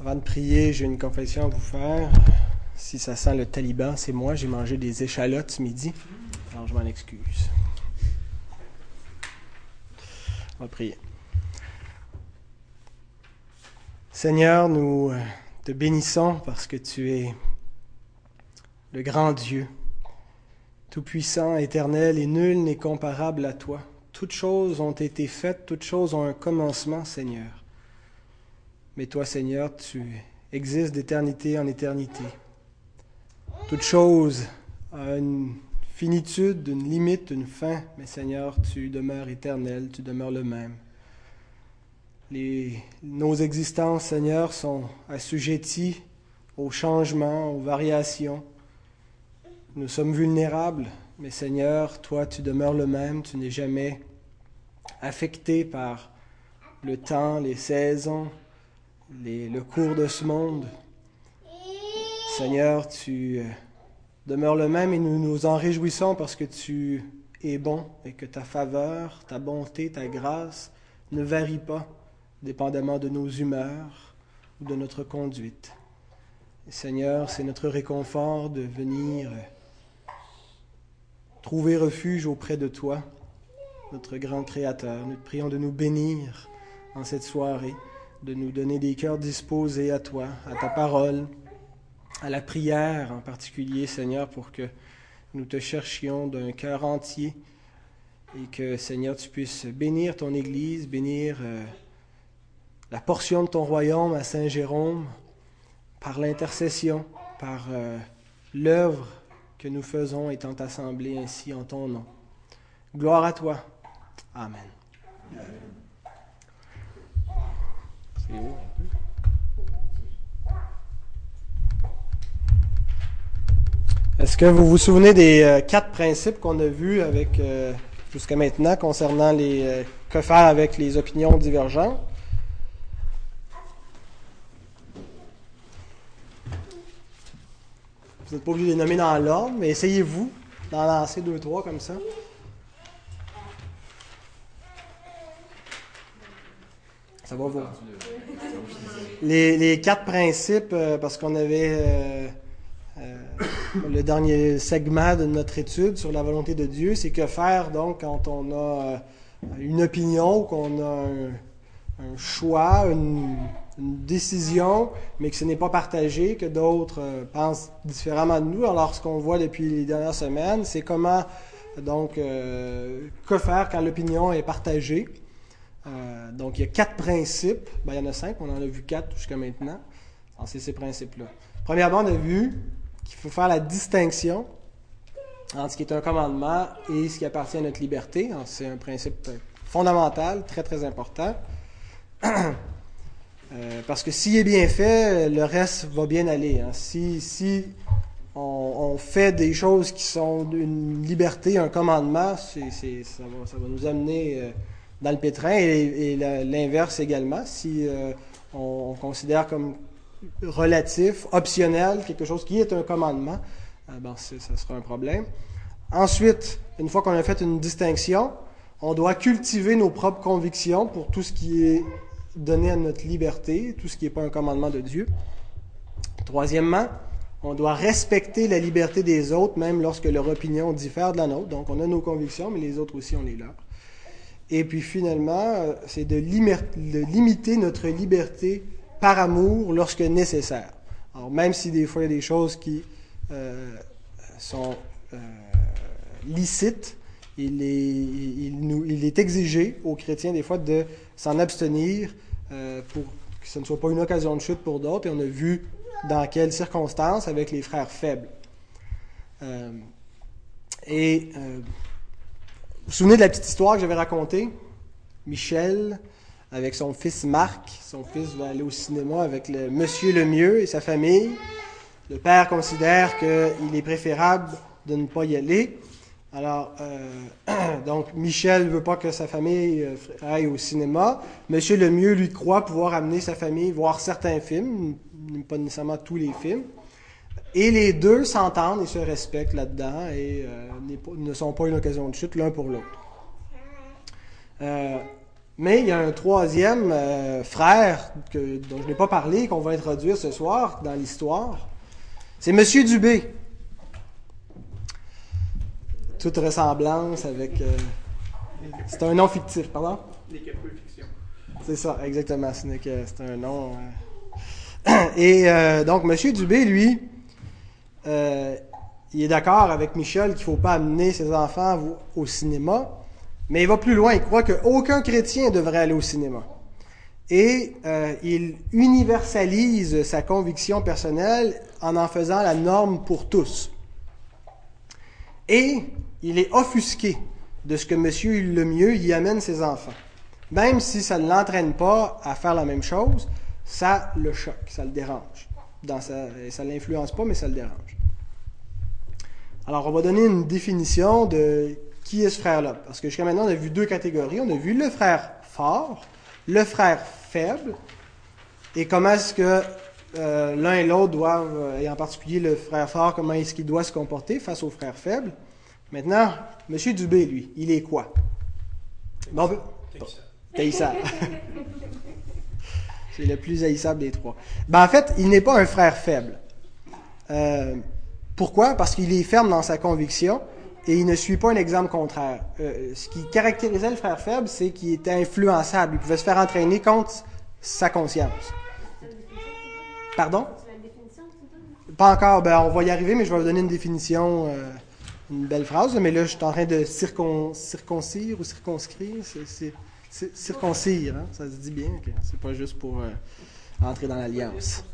Avant de prier, j'ai une confession à vous faire. Si ça sent le taliban, c'est moi. J'ai mangé des échalotes ce midi. Alors, je m'en excuse. On va prier. Seigneur, nous te bénissons parce que tu es le grand Dieu, tout-puissant, éternel, et nul n'est comparable à toi. Toutes choses ont été faites, toutes choses ont un commencement, Seigneur. Mais toi, Seigneur, tu existes d'éternité en éternité. Toute chose a une finitude, une limite, une fin, mais Seigneur, tu demeures éternel, tu demeures le même. Nos existences, Seigneur, sont assujetties aux changements, aux variations. Nous sommes vulnérables, mais Seigneur, toi, tu demeures le même, tu n'es jamais affecté par le temps, les saisons, le cours de ce monde. Seigneur, tu demeures le même et nous nous en réjouissons parce que tu es bon et que ta faveur, ta bonté, ta grâce ne varient pas dépendamment de nos humeurs ou de notre conduite. Et Seigneur, c'est notre réconfort de venir trouver refuge auprès de toi, notre grand Créateur. Nous te prions de nous bénir en cette soirée, de nous donner des cœurs disposés à toi, à ta parole, à la prière en particulier, Seigneur, pour que nous te cherchions d'un cœur entier et que, Seigneur, tu puisses bénir ton Église, bénir la portion de ton royaume à Saint-Jérôme par l'intercession, par l'œuvre que nous faisons étant assemblés ainsi en ton nom. Gloire à toi. Amen. C'est haut un peu. Est-ce que vous vous souvenez des 4 principes qu'on a vus avec jusqu'à maintenant concernant que faire avec les opinions divergentes? Vous n'êtes pas obligé de les nommer dans l'ordre, mais essayez-vous d'en lancer 2-3 comme ça. Ça va vous. Les 4 principes, parce qu'on avait le dernier segment de notre étude sur la volonté de Dieu, c'est que faire donc quand on a une opinion, qu'on a un choix, une décision, mais que ce n'est pas partagé, que d'autres pensent différemment de nous. Alors, ce qu'on voit depuis les dernières semaines, c'est comment, donc, que faire quand l'opinion est partagée. Donc, il y a 4 principes. Il y en a 5, on en a vu 4 jusqu'à maintenant. Alors, c'est ces principes-là. Premièrement, on a vu qu'il faut faire la distinction entre ce qui est un commandement et ce qui appartient à notre liberté. Alors, c'est un principe fondamental, très, très important. Parce que s'il est bien fait, le reste va bien aller. Hein. Si on fait des choses qui sont une liberté, un commandement, ça va nous amener dans le pétrin et l'inverse également. Si on considère comme relatif, optionnel, quelque chose qui est un commandement, ça sera un problème. Ensuite, une fois qu'on a fait une distinction, on doit cultiver nos propres convictions pour tout ce qui est donné à notre liberté, tout ce qui n'est pas un commandement de Dieu. Troisièmement, on doit respecter la liberté des autres, même lorsque leur opinion diffère de la nôtre. Donc, on a nos convictions, mais les autres aussi ont les leurs. Et puis, finalement, c'est de limiter notre liberté par amour lorsque nécessaire. Alors, même si des fois, il y a des choses qui sont licites, il est exigé aux chrétiens des fois de s'en abstenir pour que ce ne soit pas une occasion de chute pour d'autres. Et on a vu dans quelles circonstances avec les frères faibles. Vous vous souvenez de la petite histoire que j'avais racontée? Michel, avec son fils Marc. Son fils va aller au cinéma avec le Monsieur Lemieux et sa famille. Le père considère qu'il est préférable de ne pas y aller. Alors, donc, Michel ne veut pas que sa famille aille au cinéma. Monsieur Lemieux, lui, croit pouvoir amener sa famille voir certains films, pas nécessairement tous les films. Et les deux s'entendent et se respectent là-dedans et ne sont pas une occasion de chute l'un pour l'autre. Mais il y a un troisième frère dont je n'ai pas parlé, qu'on va introduire ce soir dans l'histoire. C'est M. Dubé. Toute ressemblance avec... c'est un nom fictif, pardon? Les peu fiction. C'est ça, exactement. C'est un nom... Et donc, M. Dubé, lui, il est d'accord avec Michel qu'il ne faut pas amener ses enfants au cinéma, mais il va plus loin. Il croit qu'aucun chrétien devrait aller au cinéma. Et il universalise sa conviction personnelle en faisant la norme pour tous. Et il est offusqué de ce que M. Lemieux y amène ses enfants. Même si ça ne l'entraîne pas à faire la même chose, ça le choque, ça le dérange. Ça ne l'influence pas, mais ça le dérange. Alors, on va donner une définition de qui est ce frère-là. Parce que jusqu'à maintenant, on a vu deux catégories. On a vu le frère fort, le frère faible, et comment est-ce que l'un et l'autre doivent, et en particulier le frère fort, comment est-ce qu'il doit se comporter face au frère faible. Maintenant, M. Dubé, lui, il est quoi? Bon, haïssable. C'est le plus haïssable des trois. En fait, il n'est pas un frère faible. Pourquoi? Parce qu'il est ferme dans sa conviction et il ne suit pas un exemple contraire. Ce qui caractérisait le frère faible, c'est qu'il était influençable. Il pouvait se faire entraîner contre sa conscience. Pardon? Pas encore. On va y arriver, mais je vais vous donner une définition, une belle phrase. Mais là, je suis en train de circoncire ou circonscrire. C'est circoncire, hein? Ça se dit bien. Okay. C'est pas juste pour entrer dans l'alliance.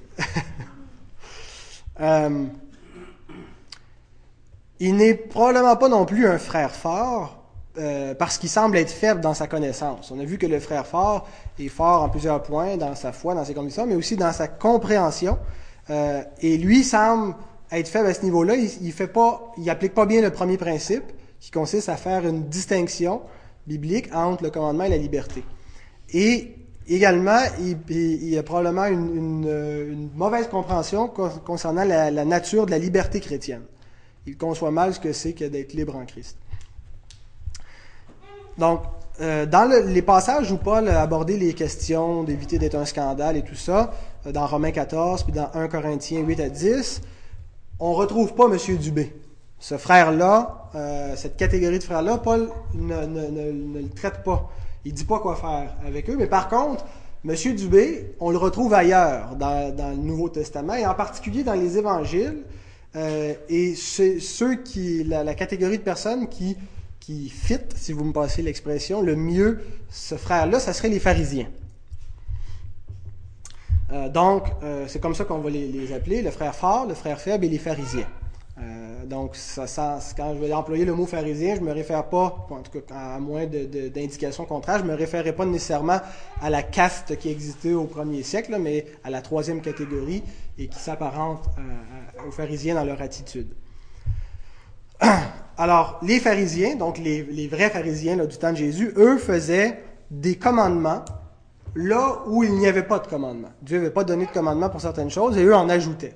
Il n'est probablement pas non plus un frère fort parce qu'il semble être faible dans sa connaissance. On a vu que le frère fort est fort en plusieurs points, dans sa foi, dans ses convictions, mais aussi dans sa compréhension. Et lui semble être faible à ce niveau-là. Il n'applique pas bien le premier principe, qui consiste à faire une distinction biblique entre le commandement et la liberté. Et également, il a probablement une mauvaise compréhension concernant la nature de la liberté chrétienne. Il conçoit mal ce que c'est que d'être libre en Christ. Donc, dans les passages où Paul a abordé les questions d'éviter d'être un scandale et tout ça, dans Romains 14 puis dans 1 Corinthiens 8 à 10, on ne retrouve pas M. Dubé. Ce frère-là, cette catégorie de frères-là, Paul ne le traite pas. Il ne dit pas quoi faire avec eux. Mais par contre, M. Dubé, on le retrouve ailleurs dans le Nouveau Testament, et en particulier dans les Évangiles. Et c'est la catégorie de personnes qui fit, si vous me passez l'expression, le mieux ce frère-là, ça serait les pharisiens. Donc, c'est comme ça qu'on va les appeler, le frère fort, le frère faible et les pharisiens. Donc, quand je vais employer le mot pharisien, je ne me réfère pas, en tout cas, à moins d'indications contraires, je ne me référerai pas nécessairement à la caste qui existait au 1er siècle, mais à la troisième catégorie et qui s'apparente aux pharisiens dans leur attitude. Alors, les pharisiens, donc les vrais pharisiens là, du temps de Jésus, eux faisaient des commandements là où il n'y avait pas de commandement. Dieu n'avait pas donné de commandement pour certaines choses et eux en ajoutaient.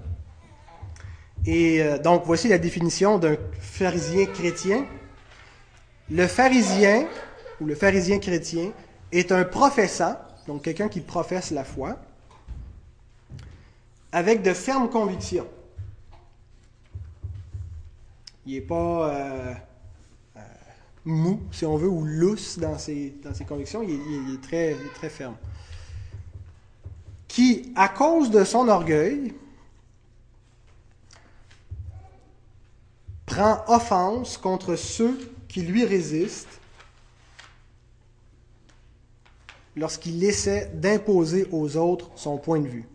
Et donc, voici la définition d'un pharisien chrétien. Le pharisien, ou le pharisien chrétien, est un professant, donc quelqu'un qui professe la foi, avec de fermes convictions. Il n'est pas mou, si on veut, ou lousse dans ses convictions. Il est très, très ferme. Qui, à cause de son orgueil, prend offense contre ceux qui lui résistent lorsqu'il essaie d'imposer aux autres son point de vue.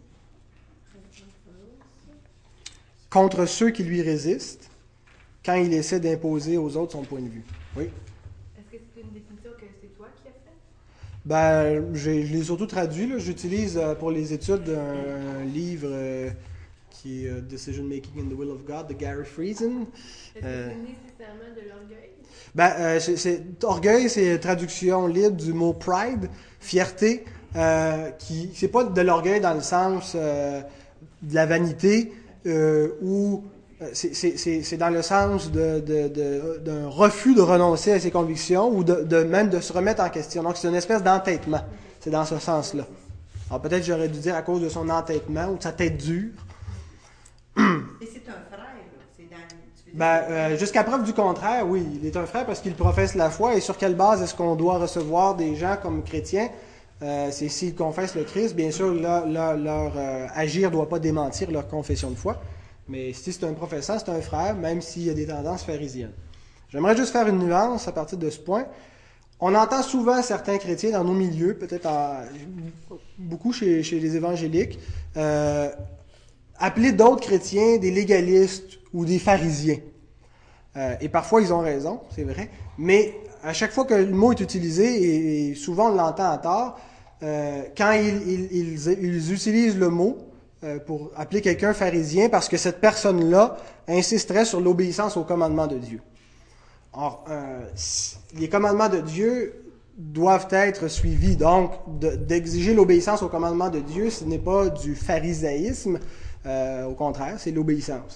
Contre ceux qui lui résistent quand il essaie d'imposer aux autres son point de vue. Oui? Est-ce que c'est une définition que c'est toi qui as faite? Je l'ai surtout traduit. Là. J'utilise pour les études un livre qui est Decision Making in the Will of God de Gary Friesen. Est-ce que c'est nécessairement de l'orgueil? Orgueil, c'est traduction libre du mot pride, fierté, c'est pas de l'orgueil dans le sens de la vanité ou c'est dans le sens d'un refus de renoncer à ses convictions ou même de se remettre en question. Donc, c'est une espèce d'entêtement. C'est dans ce sens-là. Alors, peut-être j'aurais dû dire à cause de son entêtement ou de sa tête dure. Et c'est un frère, là. Jusqu'à preuve du contraire, oui. Il est un frère parce qu'il professe la foi. Et sur quelle base est-ce qu'on doit recevoir des gens comme chrétiens? C'est s'ils confessent le Christ. Bien sûr, leur agir ne doit pas démentir leur confession de foi. Mais si c'est un professeur, c'est un frère, même s'il y a des tendances pharisiennes. J'aimerais juste faire une nuance à partir de ce point. On entend souvent certains chrétiens dans nos milieux, peut-être beaucoup chez les évangéliques, appeler d'autres chrétiens des légalistes ou des pharisiens. Et parfois, ils ont raison, c'est vrai. Mais à chaque fois que le mot est utilisé, et souvent on l'entend à tort, quand ils utilisent le mot pour appeler quelqu'un pharisien, parce que cette personne-là insisterait sur l'obéissance aux commandements de Dieu. Or, les commandements de Dieu doivent être suivis. Donc, d'exiger l'obéissance aux commandements de Dieu, ce n'est pas du pharisaïsme, au contraire, c'est l'obéissance.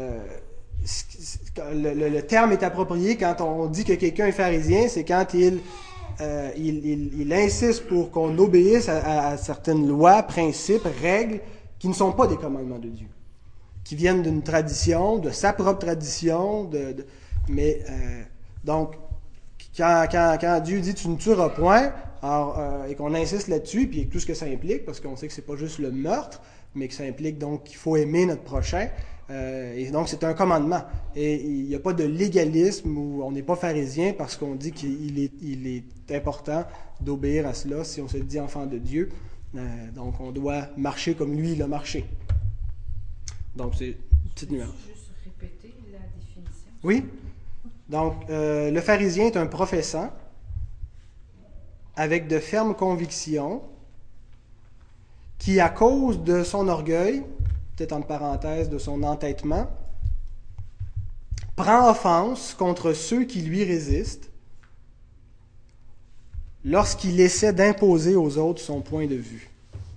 Le terme est approprié quand on dit que quelqu'un est pharisien, c'est quand il insiste pour qu'on obéisse à certaines lois, principes, règles qui ne sont pas des commandements de Dieu, qui viennent d'une tradition, de sa propre tradition, donc, quand Dieu dit « tu ne tueras point », et qu'on insiste là-dessus, puis tout ce que ça implique, parce qu'on sait que c'est pas juste le meurtre, mais que ça implique donc qu'il faut aimer notre prochain, et donc c'est un commandement. Et il n'y a pas de légalisme où on n'est pas pharisien parce qu'on dit qu'il est important d'obéir à cela si on se dit enfant de Dieu. Donc on doit marcher comme lui il a marché. Donc c'est une petite nuance. Juste répéter la définition. Oui. Donc, le pharisien est un professant avec de fermes convictions qui, à cause de son orgueil, peut-être entre parenthèses de son entêtement, prend offense contre ceux qui lui résistent lorsqu'il essaie d'imposer aux autres son point de vue.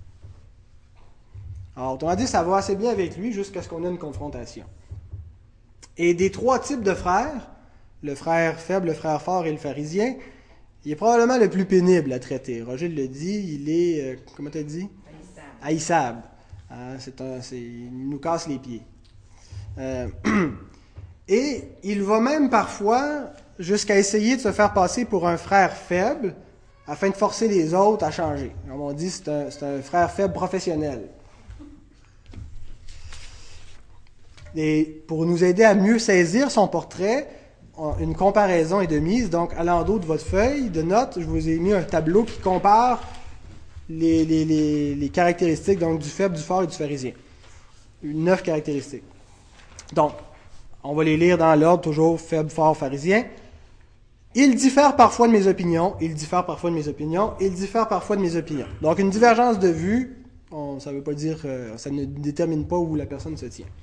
Alors, autrement dit, ça va assez bien avec lui jusqu'à ce qu'on ait une confrontation. Et des trois types de frères, le frère faible, le frère fort et le pharisien, il est probablement le plus pénible à traiter. Roger le dit, il est, comment tu as dit? Haïssable. Il nous casse les pieds. Et il va même parfois jusqu'à essayer de se faire passer pour un frère faible afin de forcer les autres à changer. Comme on dit, c'est un frère faible professionnel. Et pour nous aider à mieux saisir son portrait, une comparaison est de mise. Donc, à l'endos de votre feuille de notes, je vous ai mis un tableau qui compare les caractéristiques donc, du faible, du fort et du pharisien. 9 caractéristiques. Donc, on va les lire dans l'ordre, toujours faible, fort, pharisien. Il diffère parfois de mes opinions, il diffère parfois de mes opinions, il diffère parfois de mes opinions. Donc, une divergence de vue, ça ne veut pas dire, ça ne détermine pas où la personne se tient.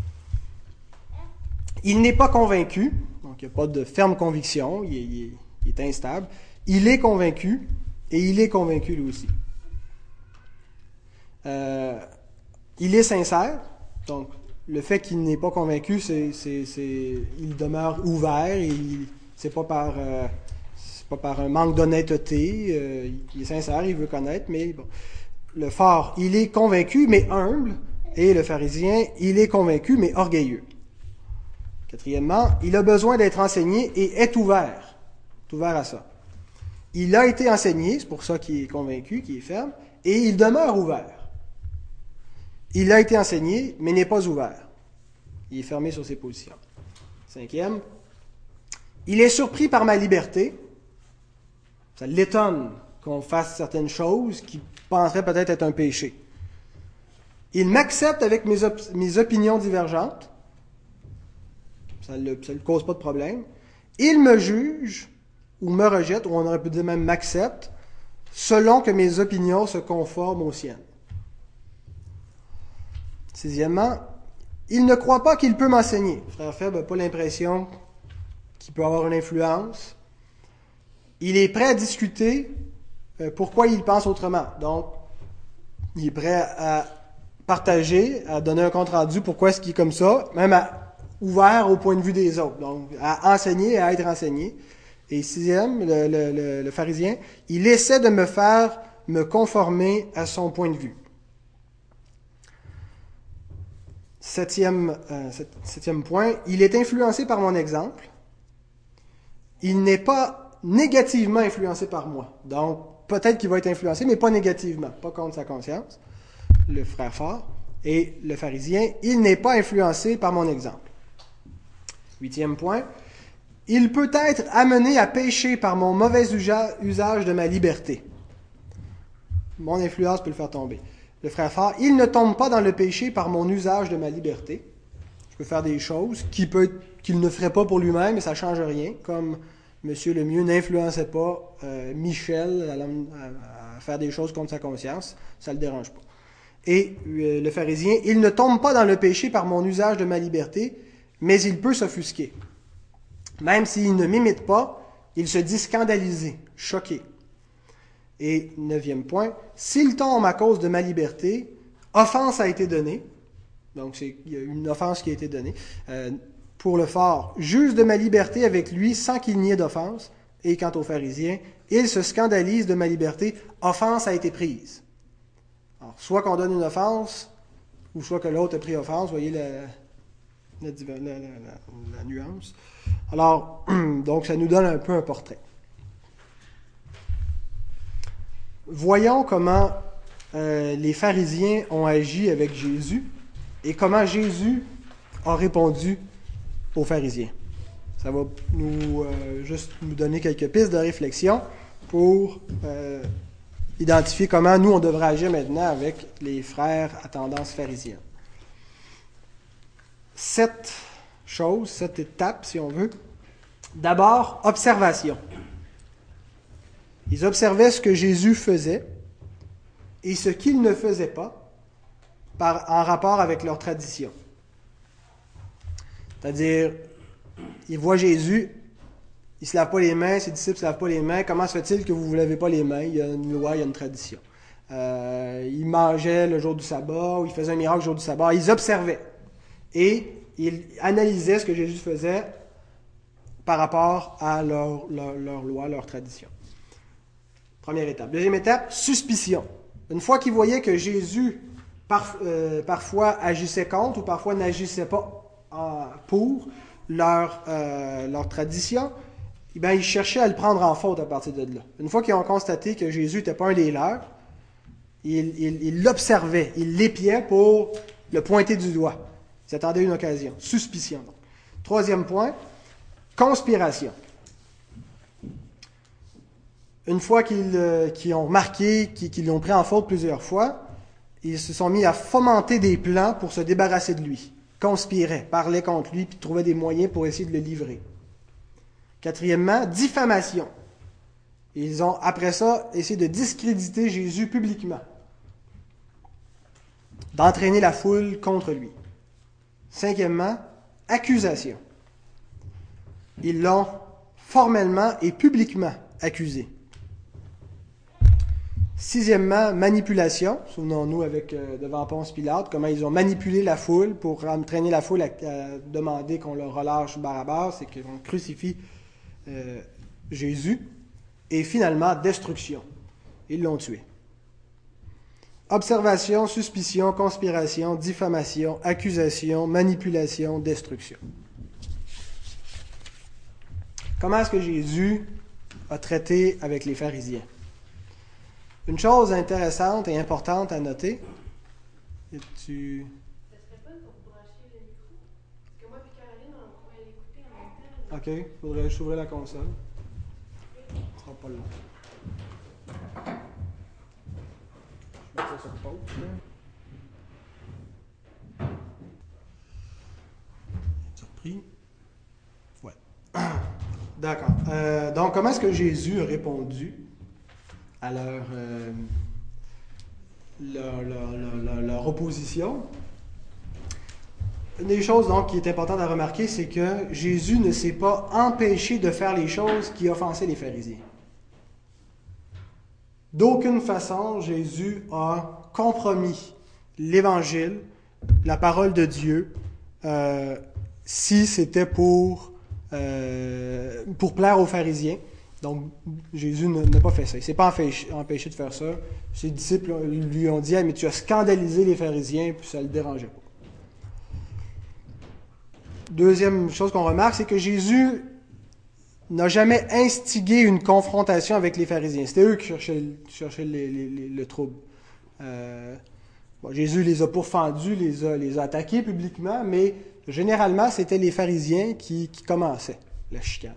Il n'est pas convaincu, donc il n'y a pas de ferme conviction, il est instable. Il est convaincu, et il est convaincu lui aussi. Il est sincère, donc le fait qu'il n'est pas convaincu, il demeure ouvert, c'est pas par un manque d'honnêteté, il est sincère, il veut connaître, mais bon. Le fort, il est convaincu, mais humble, et le pharisien, il est convaincu, mais orgueilleux. Quatrièmement, il a besoin d'être enseigné et est ouvert à ça. Il a été enseigné, c'est pour ça qu'il est convaincu, qu'il est ferme, et il demeure ouvert. Il a été enseigné, mais n'est pas ouvert. Il est fermé sur ses positions. Cinquième, il est surpris par ma liberté. Ça l'étonne qu'on fasse certaines choses qui penseraient peut-être être un péché. Il m'accepte avec mes opinions divergentes. Ça ne lui cause pas de problème. Il me juge ou me rejette, ou on aurait pu dire même m'accepte, selon que mes opinions se conforment aux siennes. Sixièmement, il ne croit pas qu'il peut m'enseigner. Le frère faible n'a pas l'impression qu'il peut avoir une influence. Il est prêt à discuter pourquoi il pense autrement. Donc, il est prêt à partager, à donner un compte-rendu pourquoi est-ce qu'il est comme ça, même à ouvert au point de vue des autres, donc à enseigner et à être enseigné. Et sixième, le pharisien, il essaie de me faire me conformer à son point de vue. Septième point, il est influencé par mon exemple. Il n'est pas négativement influencé par moi. Donc, peut-être qu'il va être influencé, mais pas négativement, pas contre sa conscience. Le frère fort. Et le pharisien, il n'est pas influencé par mon exemple. Huitième point, il peut être amené à pécher par mon mauvais usage de ma liberté. Mon influence peut le faire tomber. Le frère fort, il ne tombe pas dans le péché par mon usage de ma liberté. Je peux faire des choses qu'il ne ferait pas pour lui-même, mais ça ne change rien. Comme Monsieur Lemieux n'influençait pas Michel à faire des choses contre sa conscience, ça ne le dérange pas. Et le pharisien, il ne tombe pas dans le péché par mon usage de ma liberté, mais il peut s'offusquer. Même s'il ne m'imite pas, il se dit scandalisé, choqué. Et neuvième point, s'il tombe à cause de ma liberté, offense a été donnée. Donc, il y a une offense qui a été donnée. Pour le fort, juge de ma liberté avec lui sans qu'il n'y ait d'offense. Et quant au pharisien, il se scandalise de ma liberté, offense a été prise. Alors, soit qu'on donne une offense, ou soit que l'autre a pris offense. Voyez la nuance. Alors, donc, ça nous donne un peu un portrait. Voyons comment les pharisiens ont agi avec Jésus et comment Jésus a répondu aux pharisiens. Ça va juste nous donner quelques pistes de réflexion pour identifier comment nous, on devrait agir maintenant avec les frères à tendance pharisienne. 7 étapes, si on veut. D'abord, observation. Ils observaient ce que Jésus faisait et ce qu'il ne faisait pas en rapport avec leur tradition. C'est-à-dire, ils voient Jésus, il ne se lave pas les mains, ses disciples ne se lavent pas les mains. Comment se fait-il que vous ne vous lavez pas les mains? Il y a une loi, il y a une tradition. Ils mangeaient le jour du sabbat, ou ils faisaient un miracle le jour du sabbat. Ils observaient. Et ils analysaient ce que Jésus faisait par rapport à leur loi, leur tradition. Première étape. Deuxième étape, suspicion. Une fois qu'ils voyaient que Jésus parfois agissait contre ou parfois n'agissait pas pour leur tradition, eh bien, ils cherchaient à le prendre en faute à partir de là. Une fois qu'ils ont constaté que Jésus n'était pas un des leurs, ils l'observaient, ils l'épiaient pour le pointer du doigt. Ils attendaient une occasion. Suspicion. Donc. Troisième point, conspiration. Une fois qu'ils ont remarqué, qu'ils l'ont pris en faute plusieurs fois, ils se sont mis à fomenter des plans pour se débarrasser de lui. Conspiraient, parlaient contre lui, puis trouvaient des moyens pour essayer de le livrer. Quatrièmement, diffamation. Ils ont, après ça, essayé de discréditer Jésus publiquement. D'entraîner la foule contre lui. Cinquièmement, accusation. Ils l'ont formellement et publiquement accusé. Sixièmement, manipulation. Souvenons-nous devant Ponce Pilate, comment ils ont manipulé la foule pour entraîner la foule à demander qu'on leur relâche Barabbas et qu'on crucifie Jésus. Et finalement, destruction. Ils l'ont tué. Observation, suspicion, conspiration, diffamation, accusation, manipulation, destruction. Comment est-ce que Jésus a traité avec les pharisiens? Une chose intéressante et importante à noter. Ça serait pas pour brancher le micro? Parce que moi et Caroline, on pourrait l'écouter en même temps. OK, il faudrait juste ouvrir la console. Ce sera pas long. Je vais mettre ça sur pause. Surpris? Ouais. D'accord. Donc, comment est-ce que Jésus a répondu à leur opposition? Une des choses donc qui est importante à remarquer, c'est que Jésus ne s'est pas empêché de faire les choses qui offensaient les pharisiens. D'aucune façon, Jésus a compromis l'Évangile, la parole de Dieu, si c'était pour plaire aux pharisiens. Donc, Jésus n'a pas fait ça. Il ne s'est pas empêché de faire ça. Ses disciples lui ont dit « Hey, mais tu as scandalisé les pharisiens », puis ça ne le dérangeait pas. Deuxième chose qu'on remarque, c'est que Jésus n'a jamais instigé une confrontation avec les pharisiens. C'était eux qui cherchaient le trouble. Jésus les a pourfendus, les a attaqués publiquement, mais généralement, c'était les pharisiens qui commençaient la chicane.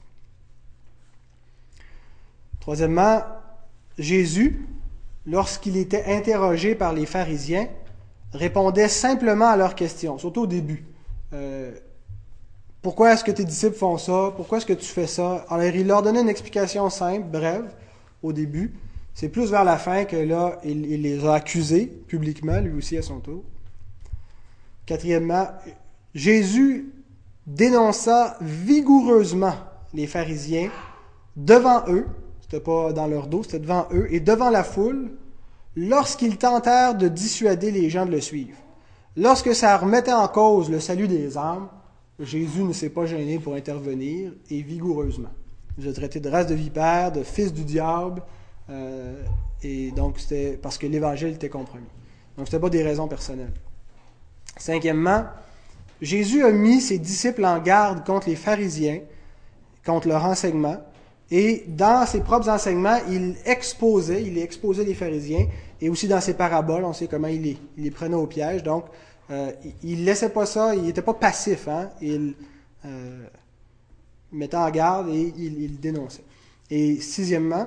Troisièmement, Jésus, lorsqu'il était interrogé par les pharisiens, répondait simplement à leurs questions, surtout au début. Pourquoi est-ce que tes disciples font ça? Pourquoi est-ce que tu fais ça? Alors, il leur donnait une explication simple, brève, au début. C'est plus vers la fin que là, il les a accusés publiquement, lui aussi à son tour. Quatrièmement, Jésus dénonça vigoureusement les pharisiens devant eux. C'était pas dans leur dos, c'était devant eux, et devant la foule, lorsqu'ils tentèrent de dissuader les gens de le suivre. Lorsque ça remettait en cause le salut des âmes, Jésus ne s'est pas gêné pour intervenir, et vigoureusement. Il les a traités de race de vipères, de fils du diable, et donc c'était parce que l'Évangile était compromis. Donc c'était pas des raisons personnelles. Cinquièmement, Jésus a mis ses disciples en garde contre les pharisiens, contre leur enseignement, et dans ses propres enseignements, il exposait les pharisiens, et aussi dans ses paraboles, on sait comment il les prenait au piège. Donc, il ne laissait pas ça, il n'était pas passif. Il mettait en garde et il dénonçait. Et sixièmement,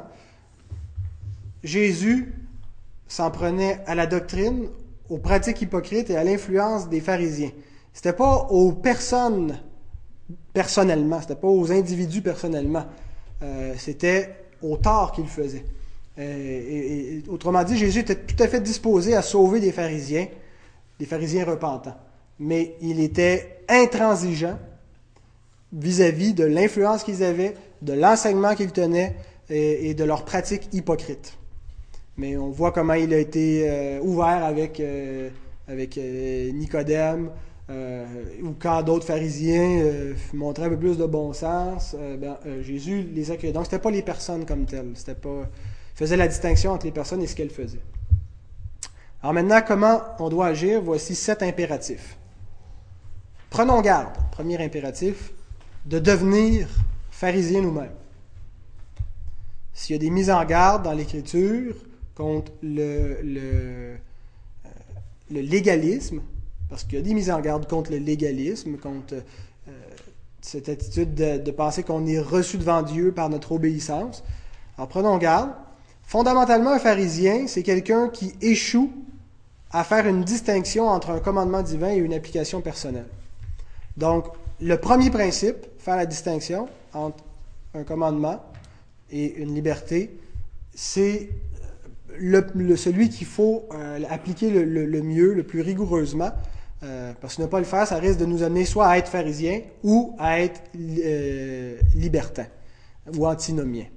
Jésus s'en prenait à la doctrine, aux pratiques hypocrites et à l'influence des pharisiens. C'était pas aux personnes personnellement, c'était pas aux individus personnellement. C'était au tort qu'il faisait. Et autrement dit, Jésus était tout à fait disposé à sauver des pharisiens repentants. Mais il était intransigeant vis-à-vis de l'influence qu'ils avaient, de l'enseignement qu'ils tenaient et de leurs pratiques hypocrites. Mais on voit comment il a été ouvert avec Nicodème, ou quand d'autres pharisiens montraient un peu plus de bon sens, Jésus les accueillait. Donc, ce n'était pas les personnes comme telles. Il faisait la distinction entre les personnes et ce qu'elles faisaient. Alors maintenant, comment on doit agir? Voici 7 impératifs. Prenons garde, premier impératif, de devenir pharisiens nous-mêmes. S'il y a des mises en garde dans l'Écriture contre le légalisme, parce qu'il y a des mises en garde contre le légalisme, contre cette attitude de penser qu'on est reçu devant Dieu par notre obéissance. Alors prenons garde. Fondamentalement, un pharisien, c'est quelqu'un qui échoue à faire une distinction entre un commandement divin et une application personnelle. Donc, le premier principe, faire la distinction entre un commandement et une liberté, c'est celui qu'il faut appliquer le mieux, le plus rigoureusement, parce que ne pas le faire, ça risque de nous amener soit à être pharisien ou à être libertin ou antinomien.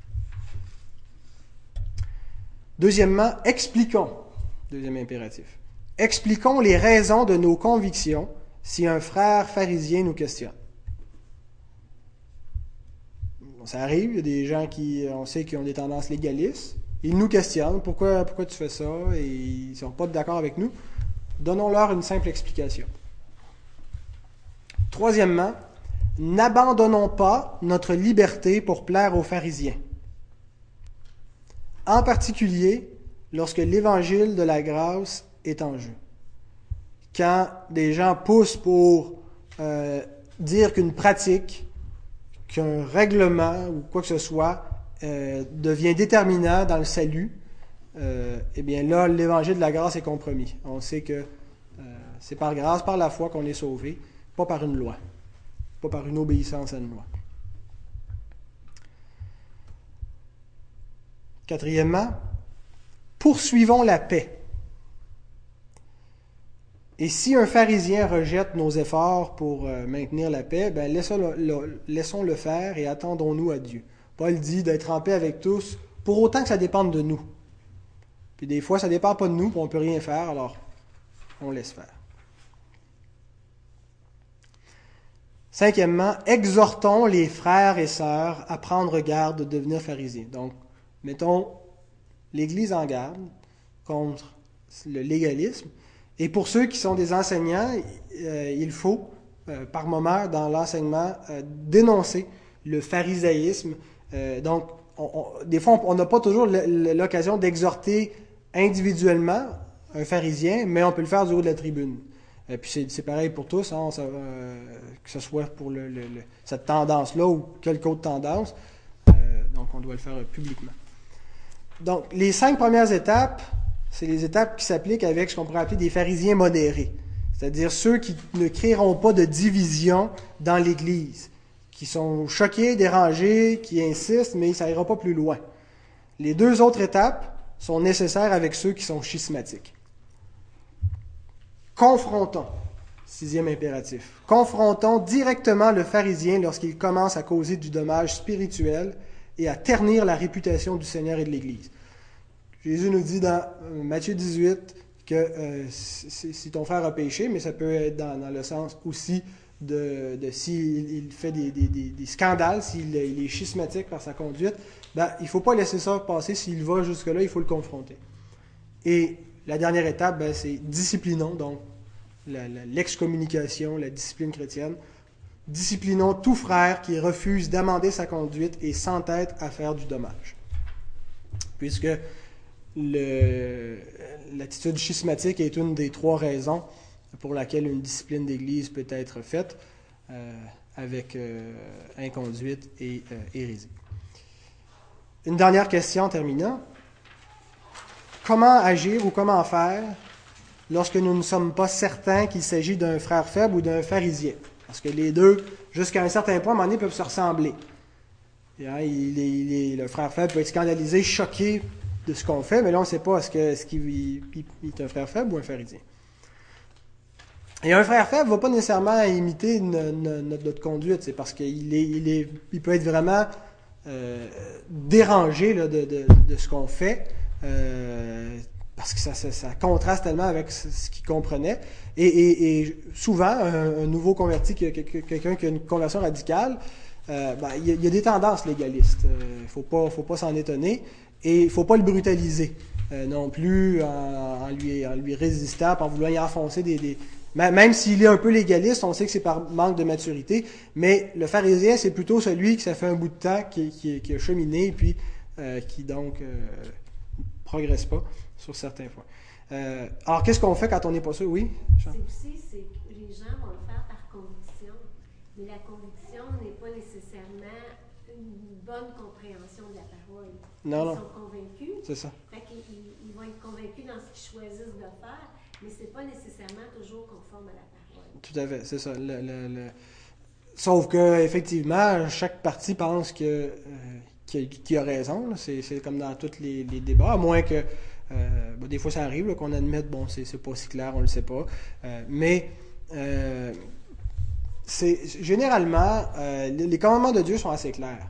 Deuxièmement, expliquons. Deuxième impératif. Expliquons les raisons de nos convictions si un frère pharisien nous questionne. Ça arrive, il y a des gens on sait qui ont des tendances légalistes. Ils nous questionnent, pourquoi tu fais ça, et ils ne sont pas d'accord avec nous. Donnons-leur une simple explication. Troisièmement, n'abandonnons pas notre liberté pour plaire aux pharisiens. En particulier, lorsque l'évangile de la grâce est en jeu. Quand des gens poussent pour dire qu'une pratique, qu'un règlement ou quoi que ce soit devient déterminant dans le salut, eh bien là, l'évangile de la grâce est compromis. On sait que c'est par grâce, par la foi qu'on est sauvé, pas par une loi, pas par une obéissance à une loi. Quatrièmement, poursuivons la paix. Et si un pharisien rejette nos efforts pour maintenir la paix, laissons-le faire et attendons-nous à Dieu. Paul dit d'être en paix avec tous, pour autant que ça dépende de nous. Puis des fois, ça ne dépend pas de nous, on ne peut rien faire, alors on laisse faire. Cinquièmement, exhortons les frères et sœurs à prendre garde de devenir pharisiens. Donc, mettons l'Église en garde contre le légalisme. Et pour ceux qui sont des enseignants, il faut, par moment, dans l'enseignement, dénoncer le pharisaïsme. Donc, des fois, on n'a pas toujours l'occasion d'exhorter individuellement un pharisien, mais on peut le faire du haut de la tribune. Puis c'est pareil pour tous, hein, que ce soit pour cette tendance-là ou quelque autre tendance. Donc, on doit le faire publiquement. Donc, les 5 premières étapes, c'est les étapes qui s'appliquent avec ce qu'on pourrait appeler des pharisiens modérés. C'est-à-dire ceux qui ne créeront pas de division dans l'Église, qui sont choqués, dérangés, qui insistent, mais ça n'ira pas plus loin. Les 2 autres étapes sont nécessaires avec ceux qui sont schismatiques. Confrontons, 6e impératif, confrontons directement le pharisien lorsqu'il commence à causer du dommage spirituel et à ternir la réputation du Seigneur et de l'Église. Jésus nous dit dans Matthieu 18 que si ton frère a péché, mais ça peut être dans le sens aussi de s'il fait des scandales, s'il est schismatique par sa conduite, il ne faut pas laisser ça passer. S'il va jusque-là, il faut le confronter. Et la dernière étape, c'est disciplinons, donc l'excommunication, la discipline chrétienne. Disciplinons tout frère qui refuse d'amender sa conduite et s'entête à faire du dommage. Puisque l'attitude schismatique est une des 3 raisons pour laquelle une discipline d'Église peut être faite avec inconduite et hérésie. Une dernière question en terminant. Comment agir ou comment faire lorsque nous ne sommes pas certains qu'il s'agit d'un frère faible ou d'un pharisien? Parce que les deux, jusqu'à un certain point, à un moment donné, peuvent se ressembler. Et, hein, le frère faible peut être scandalisé, choqué de ce qu'on fait, mais là, on ne sait pas est-ce qu'il est un frère faible ou un pharisien. Et un frère faible ne va pas nécessairement imiter notre conduite, c'est parce qu'il peut être vraiment dérangé là, de ce qu'on fait, parce que ça contraste tellement avec ce qu'il comprenait. Et souvent, un nouveau converti, quelqu'un qui a une conversion radicale, il y a des tendances légalistes. Il ne faut pas s'en étonner. Et il ne faut pas le brutaliser non plus en lui résistant, en voulant y enfoncer Même s'il est un peu légaliste, on sait que c'est par manque de maturité, mais le pharisien, c'est plutôt celui qui ça fait un bout de temps qui a cheminé et puis qui donc progresse pas sur certains points. Alors, qu'est-ce qu'on fait quand on n'est pas sûr? Oui, Jean? C'est aussi que les gens vont le faire par conviction, mais la conviction n'est pas nécessairement une bonne compréhension de la parole. Ils sont convaincus. C'est ça. Fait qu'ils vont être convaincus dans ce qu'ils choisissent de faire, mais ce n'est pas nécessairement toujours conforme à la parole. Tout à fait, c'est ça. Sauf que effectivement, chaque parti pense qu'il a raison. Là. C'est comme dans tous les débats, à moins que des fois ça arrive là, qu'on admette c'est pas si clair, on le sait pas. Mais généralement les commandements de Dieu sont assez clairs.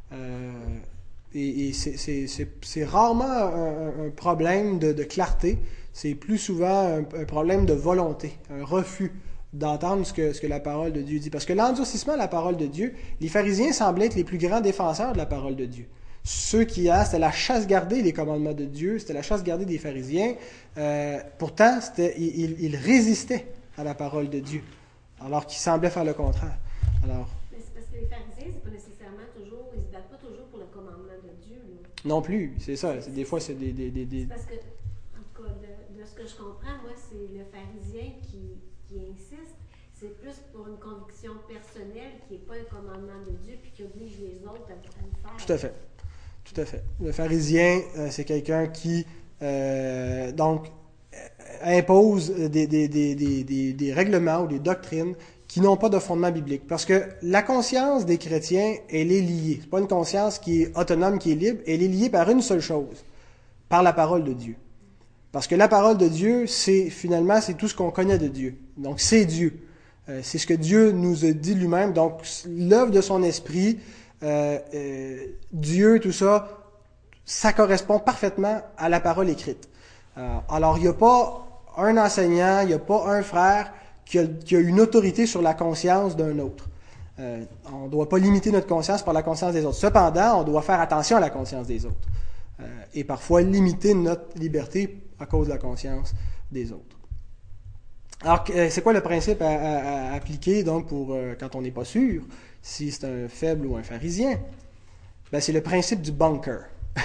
Et c'est rarement un problème de clarté. C'est plus souvent un problème de volonté, un refus d'entendre ce que la parole de Dieu dit. Parce que l'endurcissement de la parole de Dieu, les pharisiens semblaient être les plus grands défenseurs de la parole de Dieu. Ceux c'était la chasse gardée des commandements de Dieu, c'était la chasse gardée des pharisiens. Pourtant, ils résistaient à la parole de Dieu, alors qu'ils semblaient faire le contraire. Alors, mais c'est parce que les pharisiens, c'est pas nécessairement toujours, ils ne se battent pas toujours pour le commandement de Dieu. Là. Non plus, c'est ça. Des fois, c'est des... C'est parce que, en tout cas, de ce que je comprends, moi, c'est le pharisien qui insiste. C'est plus pour une conviction personnelle qui n'est pas un commandement de Dieu puis qui oblige les autres à le faire. Tout à fait. Tout à fait. Le pharisien, c'est quelqu'un qui impose des règlements ou des doctrines qui n'ont pas de fondement biblique. Parce que la conscience des chrétiens, elle est liée. Ce n'est pas une conscience qui est autonome, qui est libre. Elle est liée par une seule chose, par la parole de Dieu. Parce que la parole de Dieu, c'est tout ce qu'on connaît de Dieu. Donc, c'est Dieu. C'est ce que Dieu nous a dit lui-même. Donc, l'œuvre de son esprit, Dieu, tout ça, ça correspond parfaitement à la parole écrite. Alors, il n'y a pas un enseignant, il n'y a pas un frère qui a une autorité sur la conscience d'un autre. On ne doit pas limiter notre conscience par la conscience des autres. Cependant, on doit faire attention à la conscience des autres. Et parfois limiter notre liberté à cause de la conscience des autres. Alors, c'est quoi le principe à appliquer donc pour quand on n'est pas sûr si c'est un faible ou un pharisien? Ben, c'est le principe du bunker.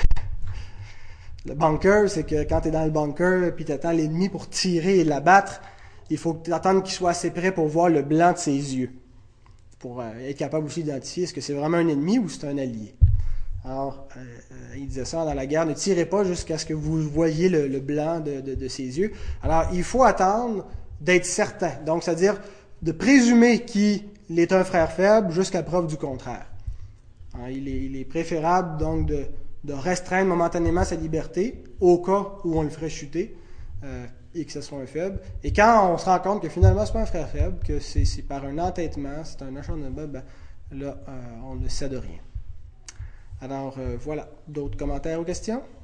Le bunker, c'est que quand tu es dans le bunker puis tu attends l'ennemi pour tirer et l'abattre, il faut que tu attendes qu'il soit assez près pour voir le blanc de ses yeux, pour être capable aussi d'identifier est-ce que c'est vraiment un ennemi ou c'est un allié. Alors, il disait ça dans la guerre, ne tirez pas jusqu'à ce que vous voyiez le blanc de ses yeux. Alors, il faut attendre d'être certain. Donc, c'est-à-dire de présumer qu'il est un frère faible jusqu'à preuve du contraire. Alors, il est préférable donc de restreindre momentanément sa liberté au cas où on le ferait chuter et que ce soit un faible. Et quand on se rend compte que finalement ce n'est pas un frère faible, que c'est par un entêtement, c'est un acharnement, ben là, on ne cède rien. Alors voilà, d'autres commentaires ou questions?